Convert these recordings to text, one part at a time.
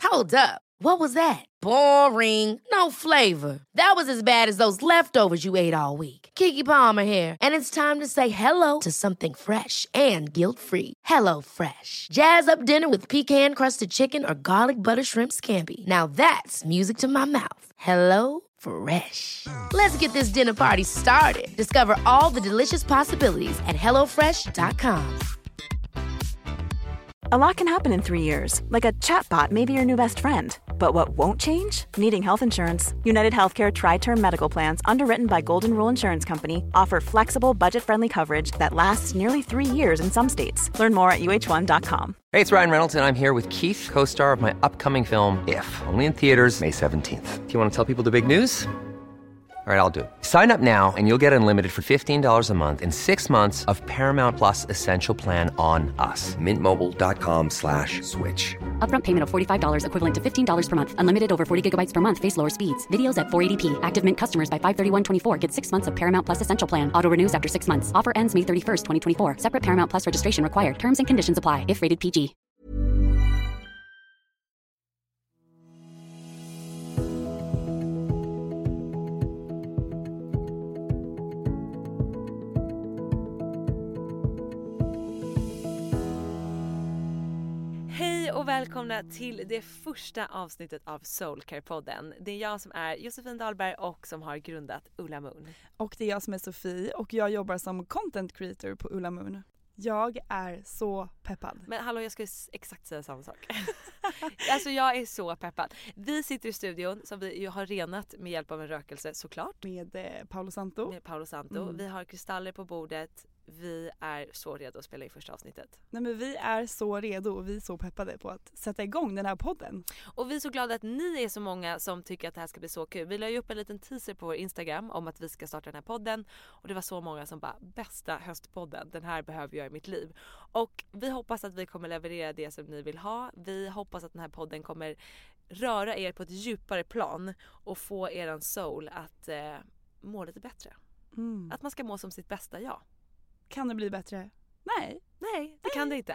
Hold up. What was that? Boring. No flavor. That was as bad as those leftovers you ate all week. Keke Palmer here, and it's time to say hello to something fresh and guilt-free. Hello Fresh. Jazz up dinner with pecan-crusted chicken or garlic butter shrimp scampi. Now that's music to my mouth. Hello Fresh. Let's get this dinner party started. Discover all the delicious possibilities at hellofresh.com. A lot can happen in 3 years, like a chatbot may be your new best friend. But what won't change? Needing health insurance. United Healthcare Tri-Term Medical Plans, underwritten by Golden Rule Insurance Company, offer flexible, budget-friendly coverage that lasts nearly 3 years in some states. Learn more at uh1.com. Hey, it's Ryan Reynolds, and I'm here with Keith, co-star of my upcoming film, If, only in theaters May 17th. Do you want to tell people the big news? All right, I'll do it. Sign up now and you'll get unlimited for $15 a month and 6 months of Paramount Plus Essential Plan on us. MintMobile.com/switch. Upfront payment of $45 equivalent to $15 per month. Unlimited over 40 gigabytes per month. Face lower speeds. Videos at 480p. Active Mint customers by 531.24 get 6 months of Paramount Plus Essential Plan. Auto renews after 6 months. Offer ends May 31st, 2024. Separate Paramount Plus registration required. Terms and conditions apply if rated PG. Hej och välkomna till det första avsnittet av Soulcare-podden. Det är jag som är Josefin Dahlberg och som har grundat Ulla Moon. Och det är jag som är Sofie och jag jobbar som content creator på Ulla Moon. Jag är så peppad. Men hallå, jag ska exakt säga samma sak. Alltså jag är så peppad. Vi sitter i studion som vi har renat med hjälp av en rökelse såklart. Med Paolo Santo. Vi har kristaller på bordet. Vi är så redo att spela i första avsnittet. Nej, men vi är så redo och vi är så peppade på att sätta igång den här podden. Och vi är så glada att ni är så många som tycker att det här ska bli så kul. Vi la ju upp en liten teaser på vår Instagram om att vi ska starta den här podden. Och det var så många som bara, bästa höstpodden, den här behöver jag i mitt liv. Och vi hoppas att vi kommer leverera det som ni vill ha. Vi hoppas att den här podden kommer röra er på ett djupare plan och få eran soul att må lite bättre. Att man ska må som sitt bästa jag. Kan det bli bättre? Nej, det kan det inte.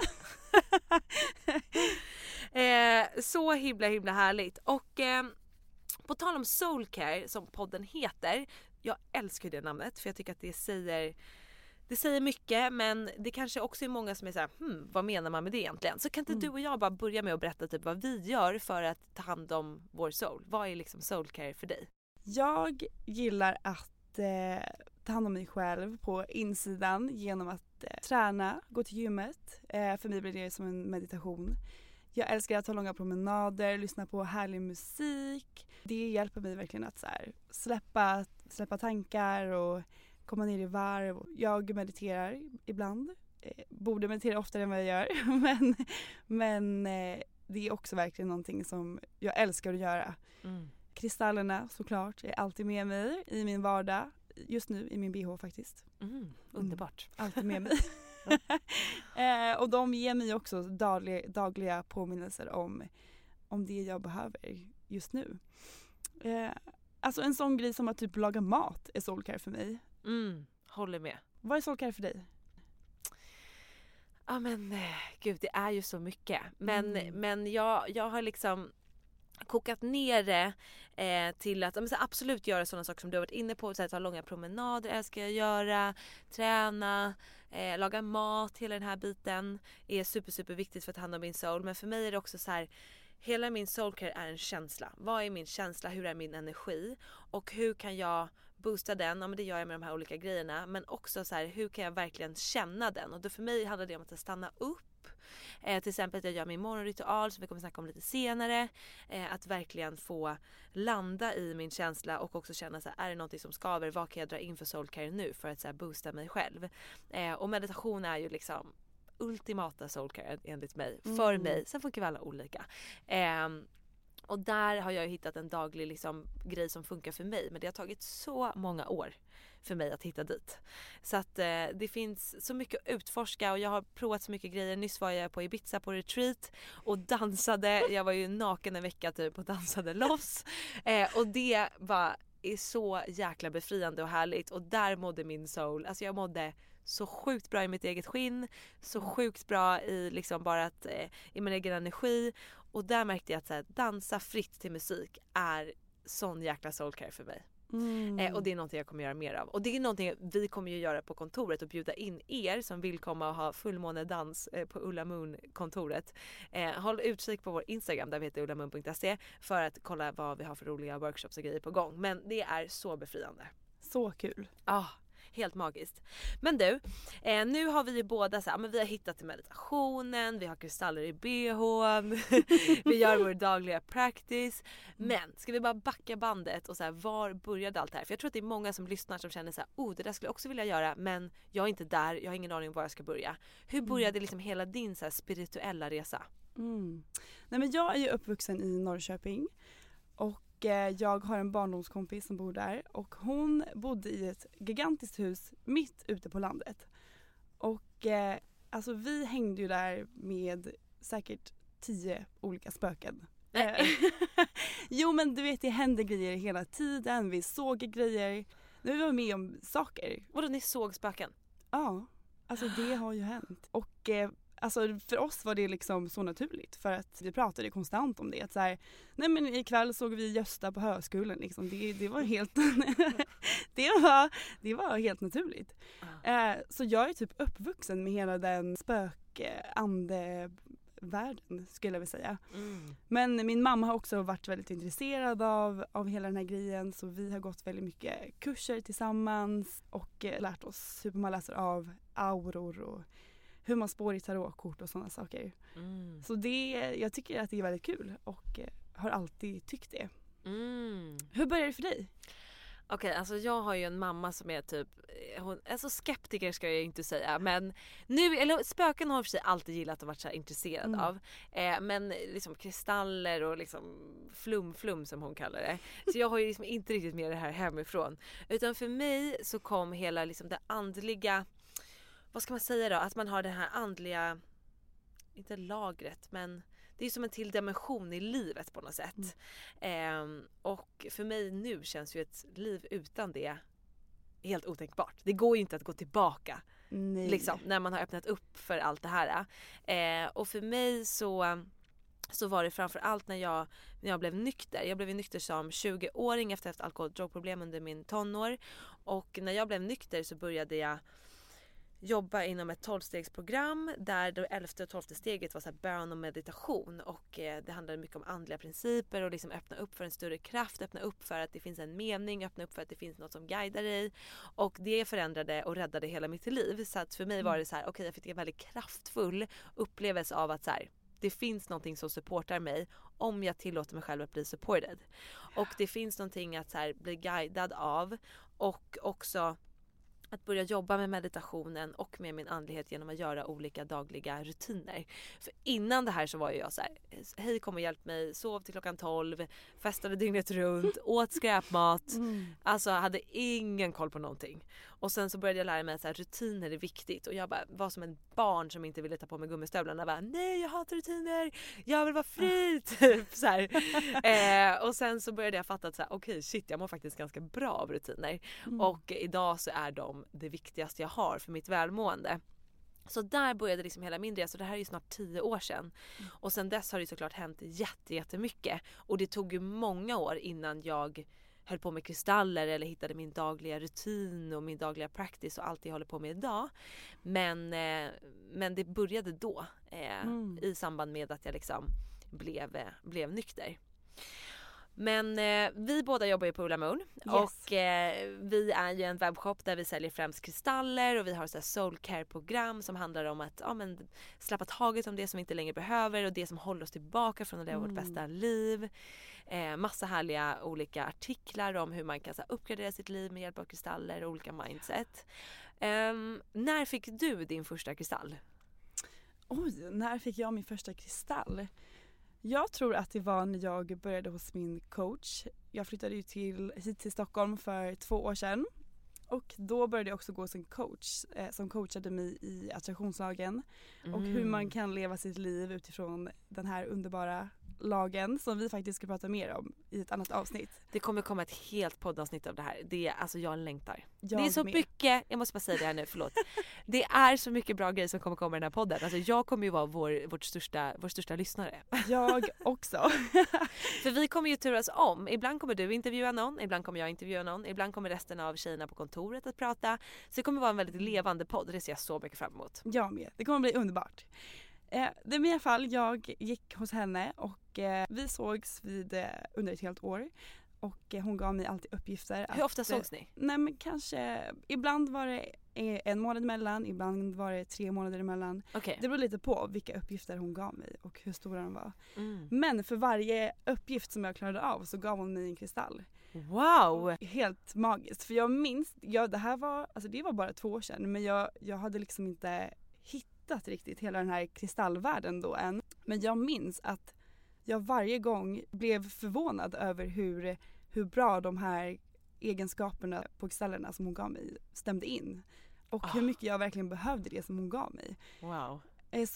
Så himla härligt. Och på tal om Soulcare, som podden heter, jag älskar det namnet för jag tycker att det säger mycket, men det kanske också är många som är så här, vad menar man med det egentligen? Så kan inte du och jag bara börja med att berätta typ vad vi gör för att ta hand om vår soul? Vad är liksom Soulcare för dig? Jag gillar att ta hand om mig själv på insidan genom att träna, gå till gymmet. För mig blir det som en meditation. Jag älskar att ta långa promenader, lyssna på härlig musik. Det hjälper mig verkligen att så här, släppa tankar och komma ner i varv. Jag mediterar ibland. Borde meditera oftare än vad jag gör. men det är också verkligen någonting som jag älskar att göra. Kristallerna såklart är alltid med mig i min vardag. Just nu i min BH faktiskt. Underbart. Alltid med mig. Och de ger mig också dagliga påminnelser om det jag behöver just nu. Alltså en sån grej som att typ laga mat är Soulcare för mig. Håller med. Vad är Soulcare för dig? Ja men gud, det är ju så mycket. Men jag har liksom kokat ner det till att absolut göra sådana saker som du har varit inne på, så här, ta långa promenader älskar jag göra, träna, laga mat, hela den här biten är super viktigt för att ta hand om min soul. Men för mig är det också så här, hela min soulcare är en känsla. Vad är min känsla? Hur är min energi? Och hur kan jag boosta den? Ja, men det gör jag med de här olika grejerna. Men också så här, hur kan jag verkligen känna den? Och då för mig handlar det om att stanna upp. Till exempel att jag gör min morgonritual som vi kommer snacka om lite senare. Att verkligen få landa i min känsla och också känna så här, är det någonting som skaver? Vad kan jag dra in för soulcare nu för att så här, boosta mig själv? Och meditation är ju liksom ultimata soulcare enligt mig. För mig. Sen funkar vi alla olika. Och där har jag hittat en daglig liksom, grej som funkar för mig. Men det har tagit så många år för mig att hitta dit. Så att det finns så mycket att utforska och jag har provat så mycket grejer. Nyss var jag på Ibiza på retreat och dansade. Jag var ju naken en vecka typ och dansade loss. Och det är så jäkla befriande och härligt. Och där mådde min soul, alltså jag mådde så sjukt bra i mitt eget skinn, så sjukt bra i liksom bara att i min egen energi. Och där märkte jag att så här, dansa fritt till musik är sån jäkla soulcare för mig. Och det är någonting jag kommer göra mer av. Och det är någonting vi kommer ju göra på kontoret och bjuda in er som vill komma och ha fullmånedans på Ulla Moon-kontoret. Håll utkik på vår Instagram där vi heter ullamoon.se för att kolla vad vi har för roliga workshops och grejer på gång. Men det är så befriande. Så kul. Ja. Helt magiskt. Men du, nu har vi ju båda så här, men vi har hittat till meditationen, vi har kristaller i BH:n, vi gör vår dagliga practice. Men ska vi bara backa bandet och så här, var började allt det här? För jag tror att det är många som lyssnar som känner så här, det där skulle jag också vilja göra, men jag är inte där, jag har ingen aning om var jag ska börja. Hur började liksom hela din så här, spirituella resa? Nej, men jag är ju uppvuxen i Norrköping och jag har en barndomskompis som bor där och hon bodde i ett gigantiskt hus mitt ute på landet. Och alltså vi hängde ju där med säkert 10 olika spöken. Jo men du vet, det hände grejer hela tiden, vi såg grejer, vi var med om saker. Vadå, ni såg spöken? Ja, alltså det har ju hänt. Och alltså för oss var det liksom så naturligt för att vi pratade konstant om det. Att så här, nej men ikväll såg vi Gösta på högskolan liksom. Det var helt det var helt naturligt. Så jag är typ uppvuxen med hela den spökandevärlden skulle jag vilja säga. Men min mamma har också varit väldigt intresserad av hela den här grejen, så vi har gått väldigt mycket kurser tillsammans och lärt oss hur man läser av auror och hur man spår i tarotkort och sådana saker. Så jag tycker att det är väldigt kul och har alltid tyckt det. Hur började det för dig? Okej, alltså jag har ju en mamma som är typ, hon är så skeptiker ska jag inte säga, men nu, eller spöken har för sig alltid gillat och varit så här intresserad av, men liksom kristaller och liksom flum som hon kallar det, så jag har ju liksom inte riktigt med det här hemifrån, utan för mig så kom hela liksom det andliga, vad ska man säga då, att man har det här andliga, inte lagret, men det är som en till dimension i livet på något sätt. Och för mig nu känns ju ett liv utan det helt otänkbart. Det går ju inte att gå tillbaka liksom, när man har öppnat upp för allt det här. Och för mig så var det framförallt när jag blev nykter. Jag blev nykter som 20-åring efter att ha haft alkohol- och drogproblem under min tonår. Och när jag blev nykter så började jag jobba inom ett 12-stegsprogram där det 11:e och 12:e steget var så här bön och meditation, och det handlade mycket om andliga principer och liksom öppna upp för en större kraft, öppna upp för att det finns en mening, öppna upp för att det finns något som guidar dig, och det förändrade och räddade hela mitt liv. Så att för mig var det så här, okej, jag fick en väldigt kraftfull upplevelse av att så här, det finns någonting som supportar mig om jag tillåter mig själv att bli supported, och det finns någonting att så här, bli guidad av, och också att börja jobba med meditationen och med min andlighet genom att göra olika dagliga rutiner. För innan det här så var jag så här, hej kom och hjälp mig, sov till klockan 12, festade dygnet runt, åt skräpmat. Alltså hade ingen koll på någonting. Och sen så började jag lära mig att så här, rutiner är viktigt. Och jag bara var som en barn som inte ville ta på mig gummistövlarna. Bara, nej, jag hatar rutiner, jag vill vara fri. Typ, så här. Och sen så började jag fatta att okej, shit, jag mår faktiskt ganska bra av rutiner. Och idag så är de det viktigaste jag har för mitt välmående. Så där började liksom hela min resa, och det här är ju snart 10 år sedan. Och sen dess har det såklart hänt jättemycket. Och det tog ju många år innan jag höll på med kristaller eller hittade min dagliga rutin och min dagliga practice och allt jag håller på med idag. Men det började då i samband med att jag liksom blev nykter. Men vi båda jobbar ju på Ulla Moon, och vi är ju en webbshop där vi säljer främst kristaller, och vi har så här soulcare-program som handlar om att släppa taget om det som vi inte längre behöver och det som håller oss tillbaka från att leva vårt bästa liv. Massa härliga olika artiklar om hur man kan så här, uppgradera sitt liv med hjälp av kristaller och olika mindset. När fick du din första kristall? Oj, när fick jag min första kristall? Jag tror att det var när jag började hos min coach. Jag flyttade ju hit till Stockholm för 2 år sedan. Och då började jag också gå som coach som coachade mig i attraktionslagen. Och hur man kan leva sitt liv utifrån den här underbara kristalllagen som vi faktiskt ska prata mer om i ett annat avsnitt. Det kommer komma ett helt poddavsnitt av det här. Det är, alltså jag längtar. Jag det är så med. mycket, jag måste bara säga det här nu, förlåt. Det är så mycket bra grejer som kommer komma i den här podden. Alltså jag kommer ju vara vår största lyssnare. Jag också. För vi kommer ju turas om. Ibland kommer du intervjua någon, ibland kommer jag intervjua någon, ibland kommer resten av tjejerna på kontoret att prata. Så det kommer vara en väldigt levande podd, det ser jag så mycket fram emot. Jag med. Det kommer bli underbart. Det är i alla fall, jag gick hos henne och vi sågs under ett helt år. Och hon gav mig alltid uppgifter. Hur ofta sågs ni? Nej men kanske, ibland var det 1 månad emellan, ibland var det 3 månader emellan. Okay. Det beror lite på vilka uppgifter hon gav mig och hur stora de var. Mm. Men för varje uppgift som jag klarade av så gav hon mig en kristall. Wow! Helt magiskt. För jag minns, det här var, alltså det var bara 2 år sedan, men jag hade liksom inte hittat riktigt hela den här kristallvärlden då än. Men jag minns att jag varje gång blev förvånad över hur bra de här egenskaperna på kristallerna som hon gav mig stämde in. Och hur mycket jag verkligen behövde det som hon gav mig. Wow. Så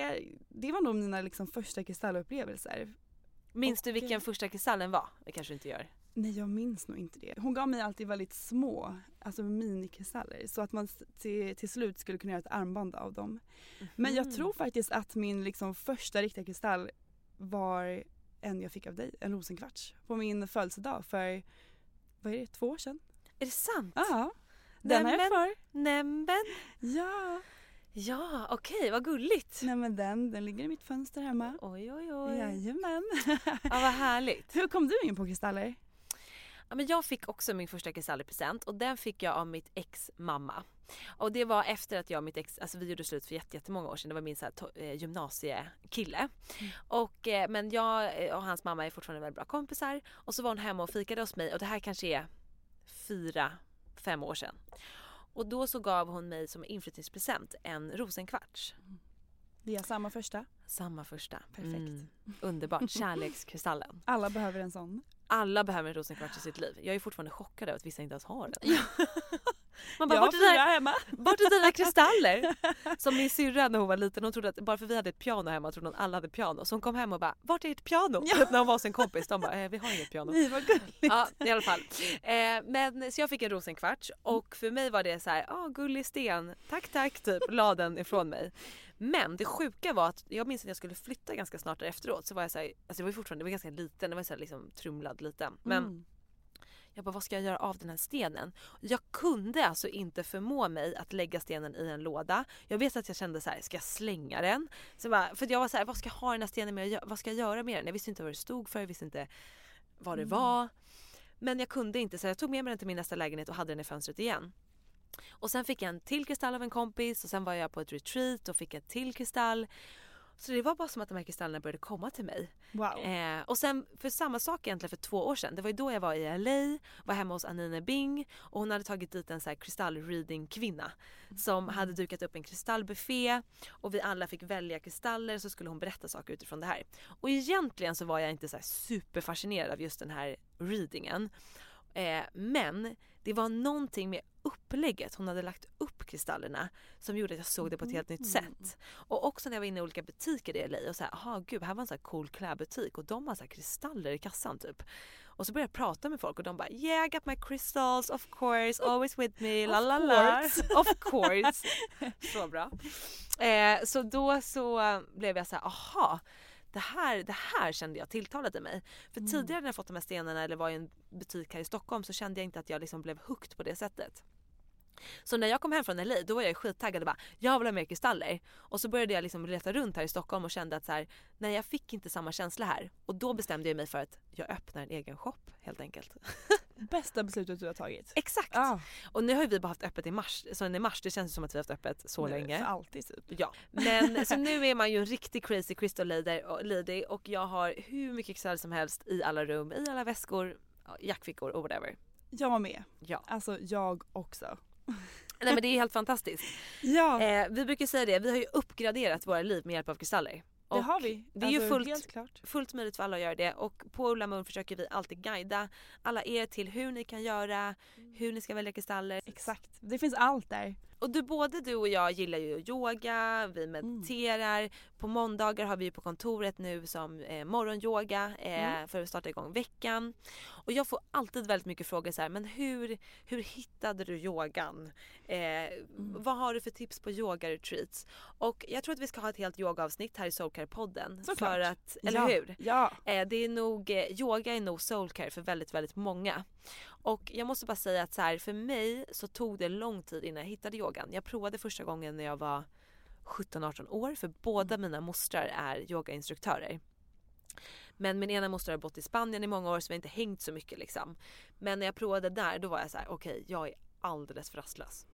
det var nog mina liksom första kristallupplevelser. Minns du vilken första kristallen var? Det kanske du inte gör. Nej, jag minns nog inte det. Hon gav mig alltid väldigt små, alltså minikristaller. Så att man till slut skulle kunna göra ett armband av dem. Men jag tror faktiskt att min liksom första riktiga kristall var en jag fick av dig, en rosenkvarts. På min födelsedag för, vad är det, 2 år sedan? Är det sant? Ja, den har jag kvar. Nämen. Ja. Ja, okej, vad gulligt. Nej men den ligger i mitt fönster hemma. Oj. Jajamän. Ja, vad härligt. Hur kom du in på kristaller? Ja, men jag fick också min första kristall i present och den fick jag av mitt ex mamma. Och det var efter att jag och mitt ex, alltså vi gjorde slut för jättemånga år sedan. Det var min så här, gymnasiekille. Och, men jag och hans mamma är fortfarande väldigt bra kompisar. Och så var hon hemma och fikade hos mig och det här kanske är 4-5 år sedan. Och då så gav hon mig som inflyttningspresent en rosenkvarts. Vi har samma första. Samma första. Perfekt. Underbart. Kärlekskristallen. Alla behöver en sån. Alla behöver en rosenkvarts i sitt liv. Jag är fortfarande chockad över att vissa inte ens har den. Man bara, jag har 4 hemma. Vart är dina kristaller? Som min syrra när hon var liten, hon trodde att bara för vi hade ett piano hemma trodde hon alla hade piano. Så hon kom hem och bara, vart är ert piano? Ja. När hon var sin kompis, de bara, vi har inget piano. Nej, vad gulligt. Ja, i alla fall. Men så jag fick en rosenkvarts och för mig var det så här, gullig sten, tack typ, la den ifrån mig. Men det sjuka var att jag minns att jag skulle flytta ganska snart efteråt, så var jag så här, alltså jag var fortfarande, det var ganska liten, det var så här liksom trumlad liten. Men jag bara, vad ska jag göra av den här stenen? Jag kunde alltså inte förmå mig att lägga stenen i en låda. Jag vet att jag kände så här, ska jag slänga den? Så bara, för jag var så här, vad ska jag ha den här stenen med? Vad ska jag göra med den? Jag visste inte vad det stod för, jag visste inte vad det var. Men jag kunde inte, så jag tog med mig den till min nästa lägenhet och hade den i fönstret igen. Och sen fick jag en till kristall av en kompis och sen var jag på ett retreat och fick en till kristall. Så det var bara som att de här kristallerna började komma till mig. Wow. Och sen för samma sak egentligen för 2 år sedan. Det var ju då jag var i LA, var hemma hos Anine Bing och hon hade tagit dit en så här kristallreading-kvinna som hade dukat upp en kristallbuffé och vi alla fick välja kristaller, så skulle hon berätta saker utifrån det här. Och egentligen så var jag inte så här superfascinerad av just den här readingen. Men det var någonting med upplägget hon hade lagt upp kristallerna som gjorde att jag såg det på ett helt nytt sätt. Och också när jag var inne i olika butiker i LA och så här, gud, här var en så här cool klädbutik och de har så här kristaller i kassan typ. Och så började jag prata med folk och de bara, yeah, I got my crystals, of course, always with me, la la la. Of course. Så bra. Så då så blev jag så här, det här kände jag tilltalade mig. För tidigare när jag fått de här stenarna eller var i en butik här i Stockholm så kände jag inte att jag liksom blev hooked på det sättet. Så när jag kom hem från LA då var jag skittaggad och bara, jag vill ha mer kristaller. Och så började jag liksom leta runt här i Stockholm och kände att så här, nej, jag fick inte samma känsla här. Och då bestämde jag mig för att jag öppnar en egen shop helt enkelt. Bästa beslutet du har tagit. Exakt. Och nu har vi bara haft öppet i mars. Så i mars, det känns som att vi har haft öppet så länge. För alltid typ. Ja. Men så nu är man ju en riktig crazy crystal lady och jag har hur mycket kristaller som helst i alla rum, i alla väskor, jackfickor och whatever. Jag med. Ja. Alltså jag också. Nej, men det är helt fantastiskt. Ja. Vi brukar säga det, vi har ju uppgraderat våra liv med hjälp av kristaller. Det har vi. Det är ju helt klart. fullt möjligt för alla att göra det. Och på Ulla Moon försöker vi alltid guida alla er till hur ni kan göra, hur ni ska välja kristaller. Exakt, det finns allt där. Och både du och jag gillar ju yoga, vi mediterar. På måndagar har vi på kontoret nu som morgonyoga för att starta igång veckan. Och jag får alltid väldigt mycket frågor så här, men hur hittade du yogan? Vad har du för tips på yoga-retreats? Och jag tror att vi ska ha ett helt yogaavsnitt här i Soulcare-podden. Såklart. För att, eller hur? Ja. Det är nog, yoga är nog soulcare för väldigt, väldigt många. Och jag måste bara säga att så här, för mig så tog det lång tid innan jag hittade yogan. Jag provade första gången när jag var 17-18 år, för båda mina mostrar är yogainstruktörer. Men min ena moster har bott i Spanien i många år, så vi har inte hängt så mycket liksom. Men när jag provade där, då var jag så här: okej, jag är alldeles för rastlös.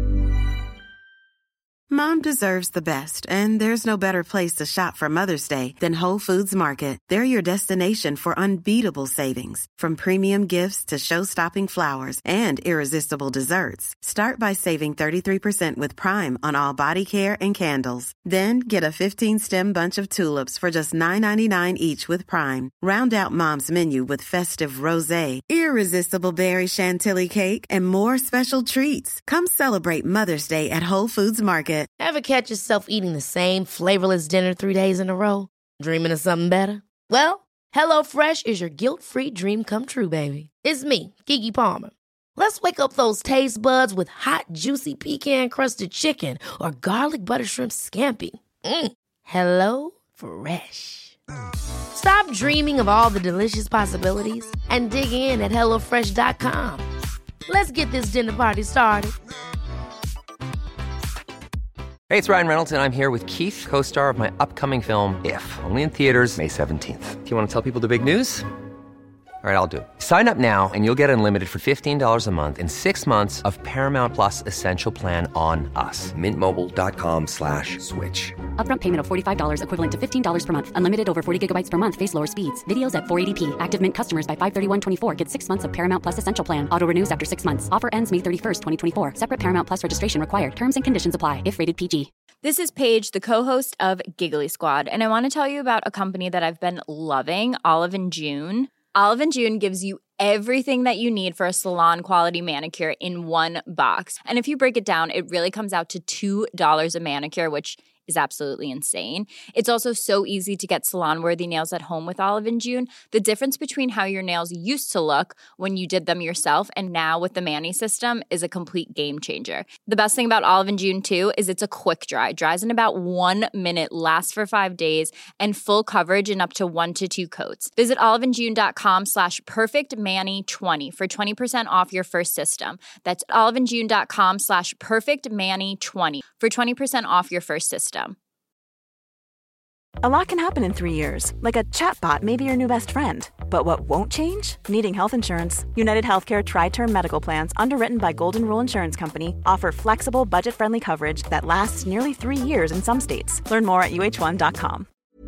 Mom deserves the best, and there's no better place to shop for Mother's Day than Whole Foods Market. They're your destination for unbeatable savings, from premium gifts to show-stopping flowers and irresistible desserts. Start by saving 33% with Prime on all body care and candles. Then get a 15-stem bunch of tulips for just $9.99 each with Prime. Round out Mom's menu with festive rosé, irresistible berry chantilly cake, and more special treats. Come celebrate Mother's Day at Whole Foods Market. Ever catch yourself eating the same flavorless dinner 3 days in a row? Dreaming of something better? Well, HelloFresh is your guilt-free dream come true, baby. It's me, Keke Palmer. Let's wake up those taste buds with hot, juicy pecan-crusted chicken or garlic butter shrimp scampi. Hello Fresh. Stop dreaming of all the delicious possibilities and dig in at HelloFresh.com. Let's get this dinner party started. Hey, it's Ryan Reynolds, and I'm here with Keith, co-star of my upcoming film, If, only in theaters May 17th. Do you want to tell people the big news? All right, I'll do it. Sign up now and you'll get unlimited for $15 a month and 6 months of Paramount Plus Essential Plan on us. Mintmobile.com/switch. Upfront payment of $45 equivalent to $15 per month. Unlimited over 40 gigabytes per month. Face lower speeds. Videos at 480p. Active Mint customers by 531.24 get 6 months of Paramount Plus Essential Plan. Auto renews after 6 months. Offer ends May 31st, 2024. Separate Paramount Plus registration required. Terms and conditions apply if rated PG. This is Paige, the co-host of Giggly Squad, and I want to tell you about a company that I've been loving, Olive & June. Olive & June gives you everything that you need for a salon-quality manicure in one box. And if you break it down, it really comes out to $2 a manicure, which is absolutely insane. It's also so easy to get salon-worthy nails at home with Olive & June. The difference between how your nails used to look when you did them yourself and now with the Mani system is a complete game changer. The best thing about Olive & June, too, is it's a quick dry. Dries in about 1 minute, lasts for 5 days, and full coverage in up to 1 to 2 coats. Visit oliveandjune.com/perfectmani20 for 20% off your first system. That's oliveandjune.com/perfectmani20 for 20% off your first system. A lot can happen in 3 years, like a chatbot may be your new best friend. But what won't change? Needing health insurance. United Healthcare Tri-Term Medical Plans, underwritten by Golden Rule Insurance Company, offer flexible, budget-friendly coverage that lasts nearly 3 years in some states. Learn more at uh1.com.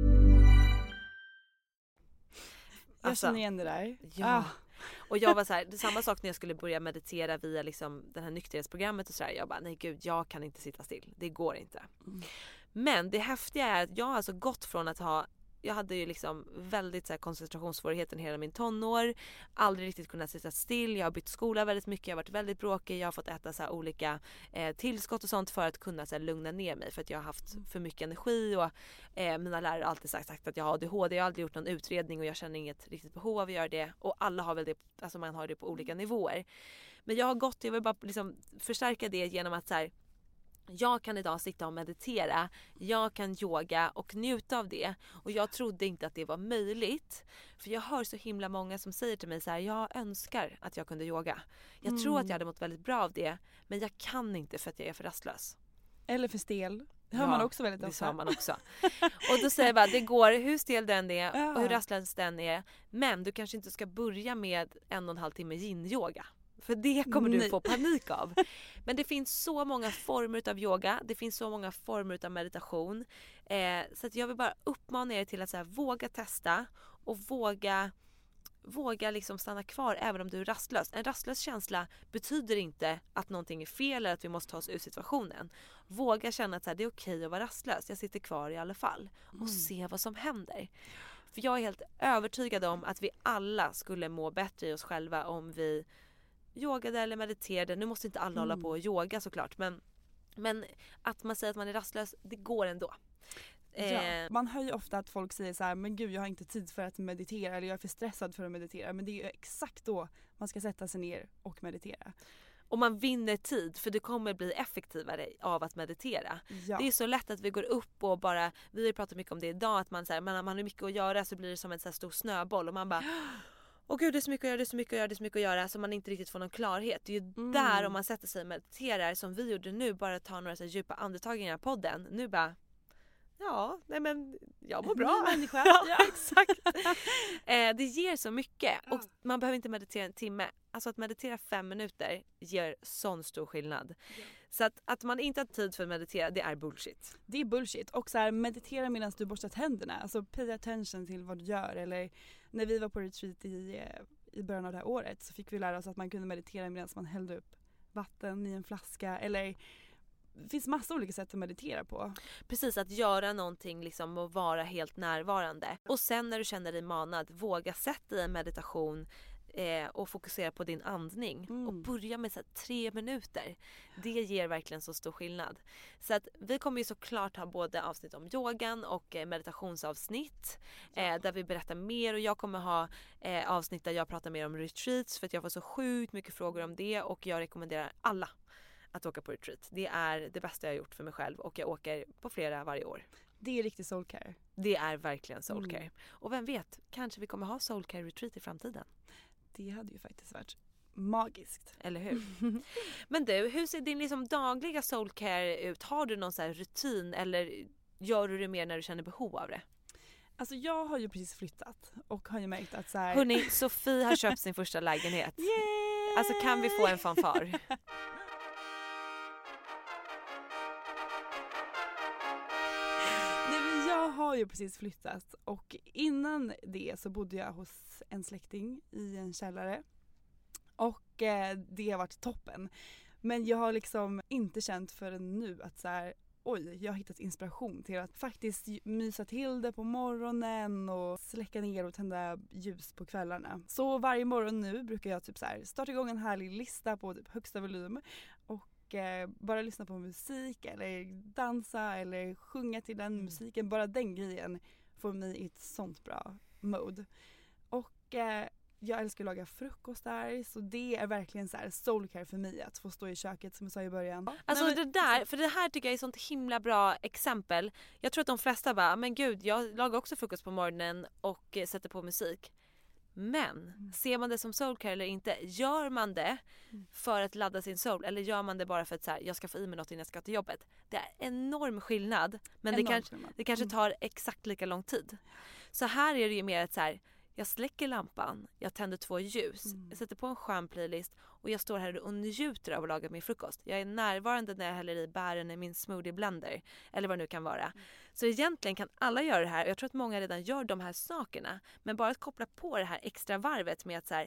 Jag känner igen det där. Ja. Och jag var så här, det är samma sak när jag skulle börja meditera via liksom det här nykterhetsprogrammet och så där. Jag bara, nej gud, jag kan inte sitta still. Det går inte. Men det häftiga är att jag har alltså gått från att jag hade ju liksom väldigt så här koncentrationssvårigheter hela min tonår. Aldrig riktigt kunnat sitta still. Jag har bytt skola väldigt mycket. Jag har varit väldigt bråkig. Jag har fått äta så här olika tillskott och sånt för att kunna så här lugna ner mig. För att jag har haft för mycket energi. Och mina lärare har alltid sagt att jag har ADHD. Jag har aldrig gjort någon utredning och jag känner inget riktigt behov av att göra det. Och alla har väl det, alltså man har det på olika nivåer. Men jag vill bara liksom förstärka det genom att så här, jag kan idag sitta och meditera, jag kan yoga och njuta av det. Och jag trodde inte att det var möjligt. För jag hör så himla många som säger till mig så här: jag önskar att jag kunde yoga. Jag tror att jag hade mått väldigt bra av det, men jag kan inte för att jag är för rastlös. Eller för stel. Det hör man också väldigt ofta. Det sa man också. Och då säger jag bara, det går hur stel den är och hur rastlös den är. Men du kanske inte ska börja med 1,5 timme yin-yoga. För det kommer du få panik av. Men det finns så många former av yoga. Det finns så många former av meditation. Så att jag vill bara uppmana er till att så här, våga testa. Och våga liksom stanna kvar även om du är rastlös. En rastlös känsla betyder inte att någonting är fel eller att vi måste ta oss ur situationen. Våga känna att så här, det är okej att vara rastlös. Jag sitter kvar i alla fall. Och se vad som händer. För jag är helt övertygad om att vi alla skulle må bättre i oss själva om vi yogade eller mediterade. Nu måste inte alla hålla på och yoga såklart, men att man säger att man är rastlös, det går ändå. Ja, man hör ju ofta att folk säger så här: men gud, jag har inte tid för att meditera, eller jag är för stressad för att meditera. Men det är ju exakt då man ska sätta sig ner och meditera. Och man vinner tid, för du kommer bli effektivare av att meditera. Ja. Det är så lätt att vi går upp och bara, vi har ju pratat mycket om det idag, att man har mycket att göra, så blir det som en så här stor snöboll och man bara åh gud, det är så mycket att göra, så man inte riktigt får någon klarhet. Det är ju där, om man sätter sig och mediterar som vi gjorde nu, bara ta några så här djupa andetag i den här podden. Nu bara jag mår bra. Människa. Ja, exakt. Det ger så mycket. Och man behöver inte meditera en timme. Alltså att meditera 5 minuter ger sån stor skillnad. Ja. Så att man inte har tid för att meditera, det är bullshit. Det är bullshit. Och så här, meditera medan du borstar tänderna. Alltså pay attention till vad du gör. Eller när vi var på retreat i början av det här året, så fick vi lära oss att man kunde meditera medan man hällde upp vatten i en flaska. Eller det finns massa olika sätt att meditera på. Precis, att göra någonting liksom och vara helt närvarande. Och sen när du känner dig manad, våga sätta i en meditation och fokusera på din andning. Och börja med så här 3 minuter. Det ger verkligen så stor skillnad. Så att vi kommer ju såklart ha både avsnitt om yogan och meditationsavsnitt. Där vi berättar mer, och jag kommer ha avsnitt där jag pratar mer om retreats, för att jag får så sjukt mycket frågor om det, och jag rekommenderar alla att åka på retreat. Det är det bästa jag har gjort för mig själv, och jag åker på flera varje år. Det är riktigt soulcare. Det är verkligen soulcare. Och vem vet, kanske vi kommer ha soulcare retreat i framtiden. Det hade ju faktiskt varit magiskt. Eller hur? Men du, hur ser din liksom dagliga soulcare ut? Har du någon så här rutin, eller gör du det mer när du känner behov av det? Alltså jag har ju precis flyttat och har ju märkt att så här... Hörrni, Sofie har köpt sin första lägenhet. Yay! Alltså kan vi få en fanfar? Jag har ju precis flyttat, och innan det så bodde jag hos en släkting i en källare, och det har varit toppen. Men jag har liksom inte känt förrän nu att så här, oj, jag har hittat inspiration till att faktiskt mysa till det på morgonen och släcka ner och tända ljus på kvällarna. Så varje morgon nu brukar jag typ så här starta igång en härlig lista på typ högsta volym och bara lyssna på musik eller dansa eller sjunga till den musiken. Bara den grejen får mig i ett sånt bra mode. Och jag älskar att laga frukost där, så det är verkligen så här soulcare för mig att få stå i köket, som jag sa i början. Alltså det där, för det här tycker jag är ett sånt himla bra exempel. Jag tror att de flesta bara, men gud, jag lagar också frukost på morgonen och sätter på musik. Men ser man det som soulcare eller inte? Gör man det för att ladda sin soul, eller gör man det bara för att så här, jag ska få i mig något innan jag ska till jobbet? Det är enorm skillnad, men det kanske tar exakt lika lång tid. Så här är det ju mer att så här, jag släcker lampan, jag tänder 2 ljus, jag sätter på en skön playlist och jag står här och njuter av att laga min frukost. Jag är närvarande när jag häller i bären i min smoothie blender, eller vad det nu kan vara. Så egentligen kan alla göra det här, och jag tror att många redan gör de här sakerna. Men bara att koppla på det här extra varvet med att så här,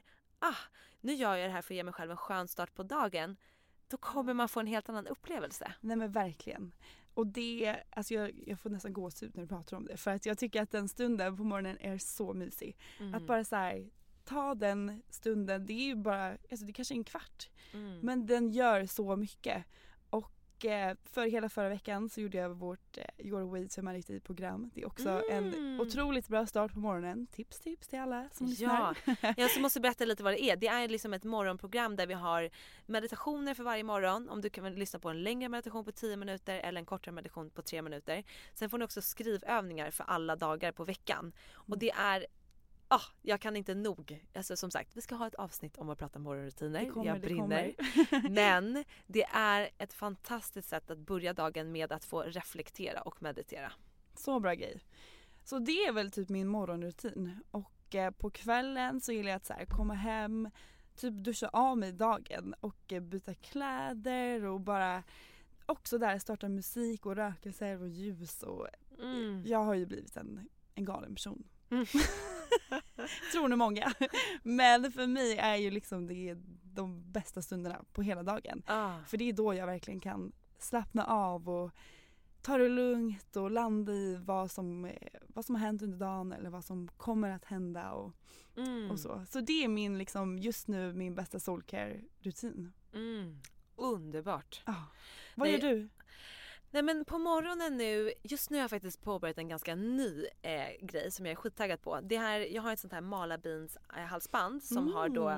nu gör jag det här för att ge mig själv en skön start på dagen. Då kommer man få en helt annan upplevelse. Nej men verkligen. Och det, alltså jag får nästan gåshud när du pratar om det. För att jag tycker att den stunden på morgonen är så mysig. Att bara så här, ta den stunden, det är ju bara, alltså det kanske är en kvart. Men den gör så mycket. Och för hela förra veckan så gjorde jag vårt Your Way to Humanity-program. Det är också en otroligt bra start på morgonen. Tips till alla som lyssnar. Jag så måste berätta lite vad det är. Det är liksom ett morgonprogram där vi har meditationer för varje morgon. Om du kan lyssna på en längre meditation på 10 minuter eller en kortare meditation på 3 minuter. Sen får ni också skrivövningar för alla dagar på veckan. Och det är jag kan inte nog. Alltså som sagt, vi ska ha ett avsnitt om att prata morgonrutiner. Jag brinner. Men det är ett fantastiskt sätt att börja dagen med att få reflektera och meditera. Så bra grej. Så det är väl typ min morgonrutin. Och på kvällen så gillar jag att så här, komma hem, typ duscha av mig dagen och byta kläder och bara också där starta musik och rökelser och ljus. Och jag har ju blivit en galen person. Tror nog många. Men för mig är ju liksom det de bästa stunderna på hela dagen. För det är då jag verkligen kan slappna av och ta det lugnt och landa i vad som har hänt under dagen eller vad som kommer att hända och så. Så det är min liksom just nu min bästa soulcare-rutin. Underbart. Vad gör du? Nej men på morgonen nu, just nu har jag faktiskt påbörjat en ganska ny grej som jag är skittaggad på. Jag har ett sånt här Malabins halsband som har då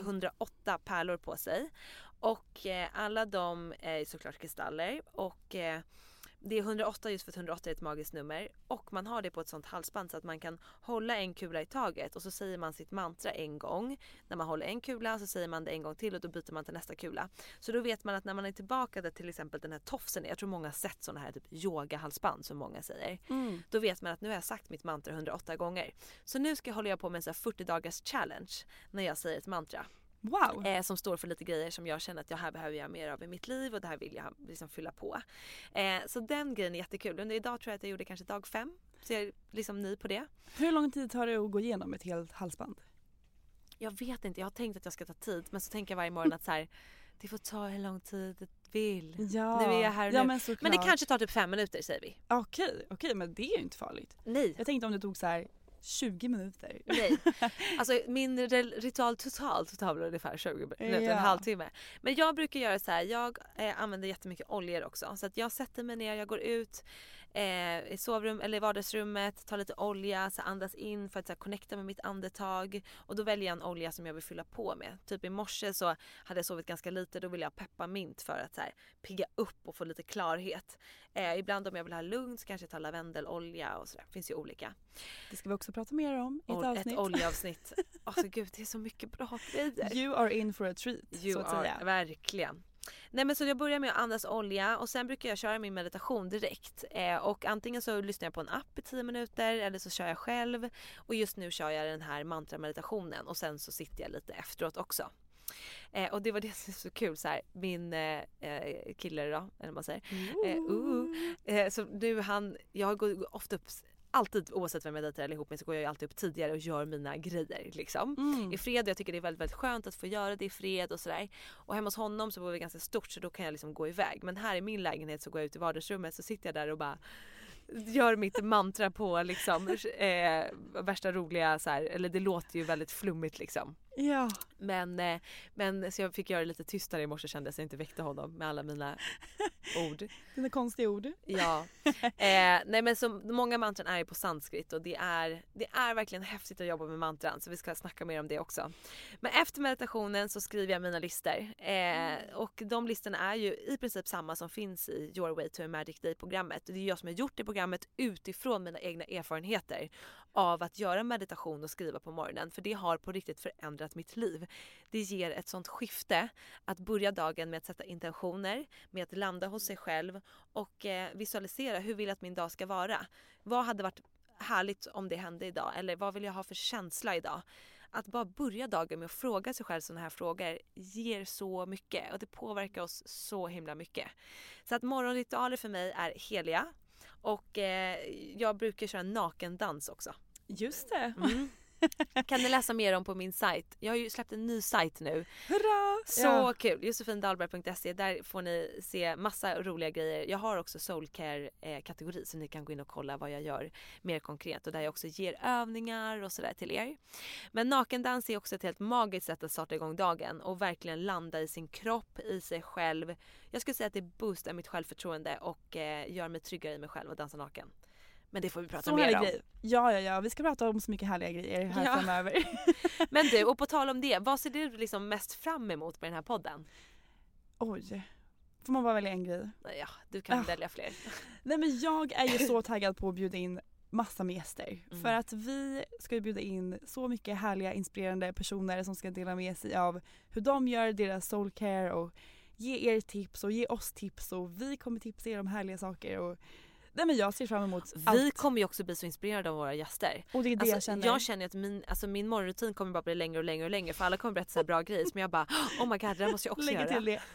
108 pärlor på sig. Och alla de är såklart kristaller och det är 108 just för att 108 är ett magiskt nummer. Och man har det på ett sånt halsband så att man kan hålla en kula i taget. Och så säger man sitt mantra en gång. När man håller en kula så säger man det en gång till och då byter man till nästa kula. Så då vet man att när man är tillbaka där till exempel den här tofsen. Jag tror många har sett såna här typ yoga-halsband som många säger. Då vet man att nu har jag sagt mitt mantra 108 gånger. Så nu håller jag på med en sån här 40 dagars challenge när jag säger ett mantra. Wow. Som står för lite grejer som jag känner att här behöver jag mer av i mitt liv och det här vill jag liksom fylla på. Så den grejen är jättekul. Under idag tror jag att jag gjorde kanske dag 5. Så jag är liksom ny på det. Hur lång tid tar det att gå igenom ett helt halsband? Jag vet inte. Jag har tänkt att jag ska ta tid. Men så tänker jag varje morgon att så här, det får ta hur lång tid det vill. Ja. Nu är jag här nu. Men det kanske tar typ 5 minuter säger vi. Okej, men det är ju inte farligt. Nej. Jag tänkte om det tog så här 20 minuter. Nej, alltså min ritual totalt tar väl ungefär 20 minuter, en halvtimme. Men jag brukar göra så här, jag använder jättemycket oljor också. Så att jag sätter mig ner, jag går ut i sovrum eller vardagsrummet, tar lite olja, så andas in för att så här, connecta med mitt andetag. Och då väljer jag en olja som jag vill fylla på med. Typ i morse så hade jag sovit ganska lite, då vill jag pepparmint för att så här, pigga upp och få lite klarhet. Ibland om jag vill ha lugn så kanske jag tar lavendelolja och sådär. Det finns ju olika. Det ska vi också prata mer om i ett avsnitt. Ett oljeavsnitt. Alltså gud, det är så mycket bra grejer. You are in for a treat, så att säga. Verkligen. Nej men så jag börjar med att andas olja och sen brukar jag köra min meditation direkt. Och antingen så lyssnar jag på en app i 10 minuter eller så kör jag själv. Och just nu kör jag den här mantra-meditationen och sen så sitter jag lite efteråt också. Och det var det som är så kul så här, min kille då, eller vad man säger. Så nu jag går ofta upp alltid, oavsett vem jag dejtar eller ihop med, så går jag alltid upp tidigare och gör mina grejer liksom. I fred, jag tycker det är väldigt, väldigt skönt att få göra det i fred och sådär. Och hemma hos honom så bor vi ganska stort så då kan jag liksom gå iväg. Men här i min lägenhet så går jag ut i vardagsrummet så sitter jag där och bara gör mitt mantra på liksom värsta roliga så här, eller det låter ju väldigt flummigt liksom. Ja. Men så jag fick göra det lite tystare i morse, kände jag, så jag inte väckte honom med alla mina ord. Dina konstiga ord. Ja. Nej men så många mantran är ju på sanskrit och det är verkligen häftigt att jobba med mantran, så vi ska snacka mer om det också. Men efter meditationen så skriver jag mina listor. Och de listorna är ju i princip samma som finns i Your Way to a Magic Day-programmet. Det är jag som har gjort det programmet utifrån mina egna erfarenheter av att göra meditation och skriva på morgonen, för det har på riktigt förändrat mitt liv. Det ger ett sånt skifte att börja dagen med att sätta intentioner, med att landa hos sig själv och visualisera hur vill jag att min dag ska vara. Vad hade varit härligt om det hände idag, eller vad vill jag ha för känsla idag? Att bara börja dagen med att fråga sig själv sådana här frågor ger så mycket och det påverkar oss så himla mycket. Så att morgonritualer för mig är heliga och jag brukar köra nakendans också. Just det. Kan ni läsa mer om på min sajt. Jag har ju släppt en ny sajt nu. Hurra! Så kul. Josefindalberg.se. Där får ni se massa roliga grejer. Jag har också soulcare-kategori så ni kan gå in och kolla vad jag gör mer konkret. Och där jag också ger övningar och sådär till er. Men nakendans är också ett helt magiskt sätt att starta igång dagen. Och verkligen landa i sin kropp, i sig själv. Jag skulle säga att det boostar mitt självförtroende och gör mig tryggare i mig själv att dansa naken. Men det får vi prata mer om. Grej. Ja. Vi ska prata om så mycket härliga grejer här framöver. Men du, och på tal om det, vad ser du liksom mest fram emot med den här podden? Oj, får man bara välja en grej? Ja, du kan välja fler. Nej men jag är ju så taggad på att bjuda in massa med gäster. För att vi ska ju bjuda in så mycket härliga, inspirerande personer som ska dela med sig av hur de gör deras soulcare och ge er tips och ge oss tips och vi kommer tipsa er om härliga saker och nej, men jag ser fram emot allt. Vi kommer ju också bli så inspirerade av våra gäster. Och det är det jag känner att min morgonrutin kommer bara bli längre och längre och längre. För alla kommer berätta så här bra grejer. Men jag bara, oh my god, det måste jag också göra. Till det.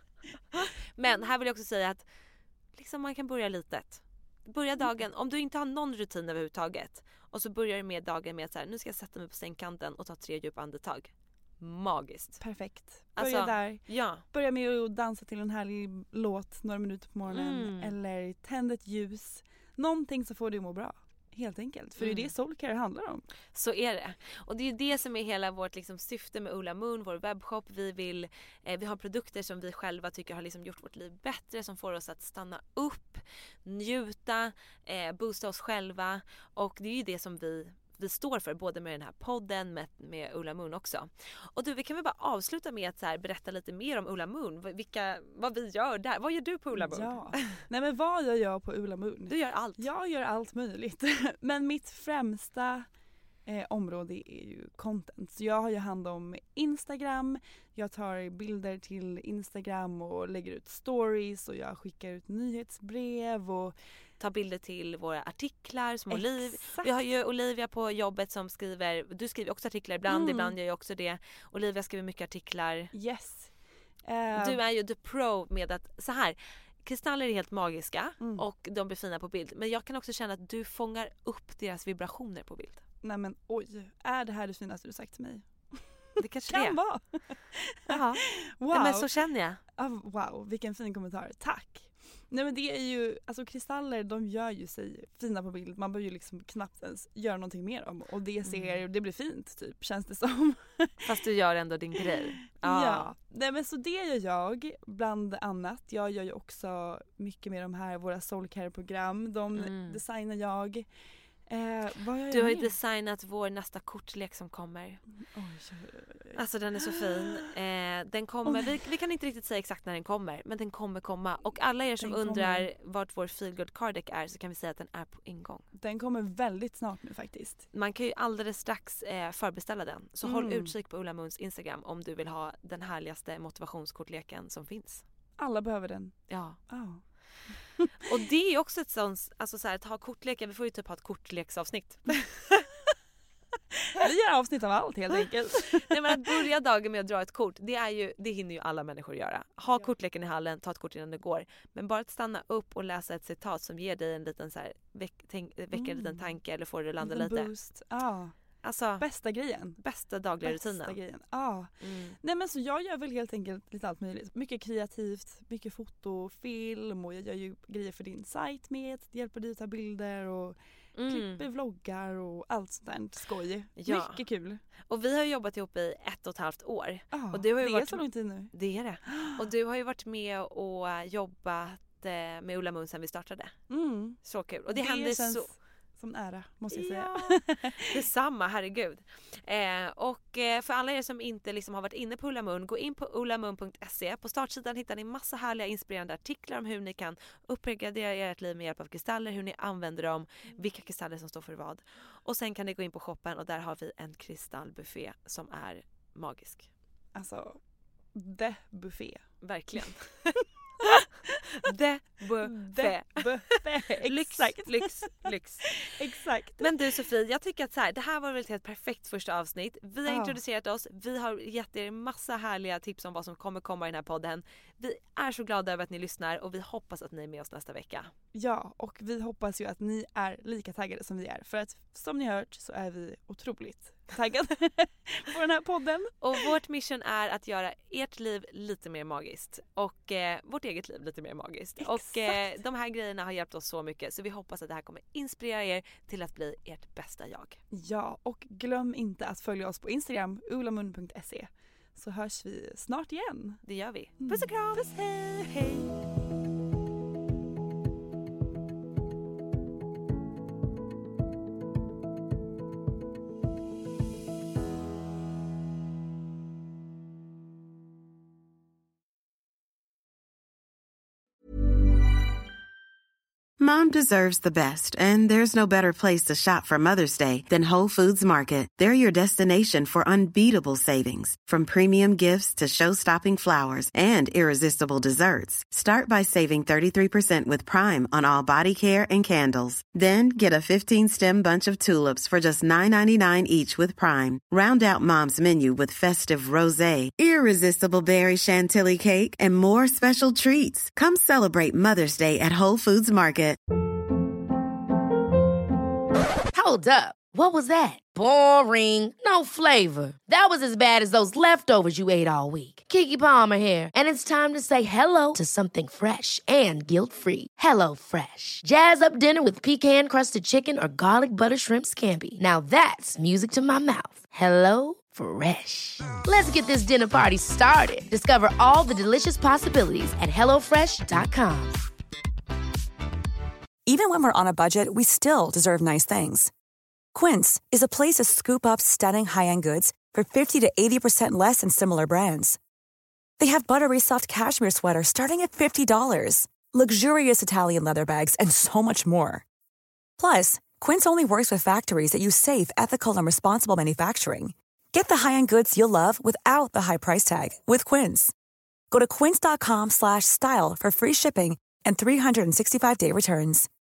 Men här vill jag också säga att liksom man kan börja litet. Börja dagen, om du inte har någon rutin överhuvudtaget. Och så börjar du med dagen med att så här, nu ska jag sätta mig på sängkanten och ta 3 djupa andetag. magiskt. Perfekt. Börja Alltså, där. Ja. Börja med att dansa till en härlig låt några minuter på morgonen. Eller tänd ett ljus. Någonting som får dig att må bra. Helt enkelt. För det är det Soulcare handlar om. Så är det. Och det är ju det som är hela vårt liksom syfte med Ola Moon, vår webbshop. Vi har produkter som vi själva tycker har liksom gjort vårt liv bättre. Som får oss att stanna upp, njuta, boosta oss själva. Och det är ju det som vi står för, både med den här podden, med Ola Moon också. Och vi kan väl bara avsluta med att så här, berätta lite mer om Ola Moon. Vad vi gör där. Vad gör du på Ola Moon? Ja. Nej, men vad gör jag på Ola Moon? Du gör allt. Jag gör allt möjligt. Men mitt främsta område är ju content. Så jag har ju hand om Instagram. Jag tar bilder till Instagram och lägger ut stories. Och jag skickar ut nyhetsbrev och ta bilder till våra artiklar som Olivia. Vi har ju Olivia på jobbet som skriver, du skriver också artiklar ibland gör jag också det. Olivia skriver mycket artiklar. Yes. Du är ju the pro med att, så här, kristaller är helt magiska och de blir fina på bild. Men jag kan också känna att du fångar upp deras vibrationer på bild. Nej men oj, är det här det finaste du sagt till mig? Det kanske kan vara. Jaha. Wow. Nej, men så känner jag. Wow, vilken fin kommentar. Tack. Nej men det är ju, alltså kristaller de gör ju sig fina på bild. Man behöver ju liksom knappt ens göra någonting med dem. Och det blir fint typ, känns det som. Fast du gör ändå din grej. Ja. Nej men så det gör jag bland annat. Jag gör ju också mycket med de här, våra Soulcare-program. De designar jag. Du har ju designat vår nästa kortlek som kommer. Alltså den är så fin. Den kommer, vi kan inte riktigt säga exakt när den kommer, men den kommer komma. Och alla er som undrar vart vår Feelgood Card Deck är, så kan vi säga att den är på ingång. Den kommer väldigt snart nu faktiskt. Man kan ju alldeles strax förbeställa den. Så håll utkik på Ola Moons Instagram om du vill ha den härligaste motivationskortleken som finns. Alla behöver den. Ja. Och det är också ett sånt, alltså så här, att ha kortlekar, vi får ju typ ha ett kortleksavsnitt. Vi gör avsnitt av allt helt enkelt. Nej, men att börja dagen med att dra ett kort, det hinner ju alla människor göra. Ha kortleken i hallen, ta ett kort innan det går. Men bara att stanna upp och läsa ett citat som ger dig en liten så här, väcker en liten tanke eller får dig att landa lite. Boost. Ja. Alltså, bästa grejen. Bästa dagliga rutinen. Ja. Nej men så jag gör väl helt enkelt lite allt möjligt. Mycket kreativt, mycket foto, film och jag gör ju grejer för din sajt med. Hjälper dig att ta bilder och klipper vloggar och allt sånt där skoj. Ja. Mycket kul. Och vi har jobbat ihop i 1,5 år. Ja, och du har ju det är så lång tid nu. Det är det. Och du har ju varit med och jobbat med Ola Moon sedan vi startade. Så kul. Och det hände känns så... som ära, måste jag säga. Detsamma, herregud. Och för alla er som inte liksom har varit inne på Ola Moon, gå in på olamoon.se. På startsidan hittar ni massa härliga inspirerande artiklar om hur ni kan uppgradera ert liv med hjälp av kristaller, hur ni använder dem, vilka kristaller som står för vad. Och sen kan ni gå in på shoppen och där har vi en kristallbuffé som är magisk. Alltså, the buffé. Verkligen. The buffé. Exakt. Lyx. Exakt. Men du Sofie, jag tycker att så här, det här var väl ett helt perfekt första avsnitt. Vi har introducerat oss, vi har gett er massa härliga tips om vad som kommer komma i den här podden. Vi är så glada över att ni lyssnar och vi hoppas att ni är med oss nästa vecka. Ja, och vi hoppas ju att ni är lika taggade som vi är. För att som ni hört så är vi otroligt taggade på den här podden. Och vårt mission är att göra ert liv lite mer magiskt och vårt eget liv lite mer magiskt. Exakt. Och de här grejerna har hjälpt oss så mycket, så vi hoppas att det här kommer inspirera er till att bli ert bästa jag. Ja, och glöm inte att följa oss på Instagram, olamoon.se. Så hörs vi snart igen. Det gör vi. Puss och kram! Puss, hej! Hej! Mom deserves the best, and there's no better place to shop for Mother's Day than Whole Foods Market. They're your destination for unbeatable savings, from premium gifts to show-stopping flowers and irresistible desserts. Start by saving 33% with Prime on all body care and candles. Then get a 15-stem bunch of tulips for just $9.99 each with Prime. Round out Mom's menu with festive rosé, irresistible berry chantilly cake, and more special treats. Come celebrate Mother's Day at Whole Foods Market. Hold up. What was that? Boring. No flavor. That was as bad as those leftovers you ate all week. Keke Palmer here, and it's time to say hello to something fresh and guilt-free. Hello Fresh. Jazz up dinner with pecan-crusted chicken or garlic butter shrimp scampi. Now that's music to my mouth. Hello Fresh. Let's get this dinner party started. Discover all the delicious possibilities at hellofresh.com. Even when we're on a budget, we still deserve nice things. Quince is a place to scoop up stunning high-end goods for 50 to 80% less than similar brands. They have buttery soft cashmere sweaters starting at $50, luxurious Italian leather bags, and so much more. Plus, Quince only works with factories that use safe, ethical, and responsible manufacturing. Get the high-end goods you'll love without the high price tag with Quince. Go to quince.com/style for free shipping and 365-day returns.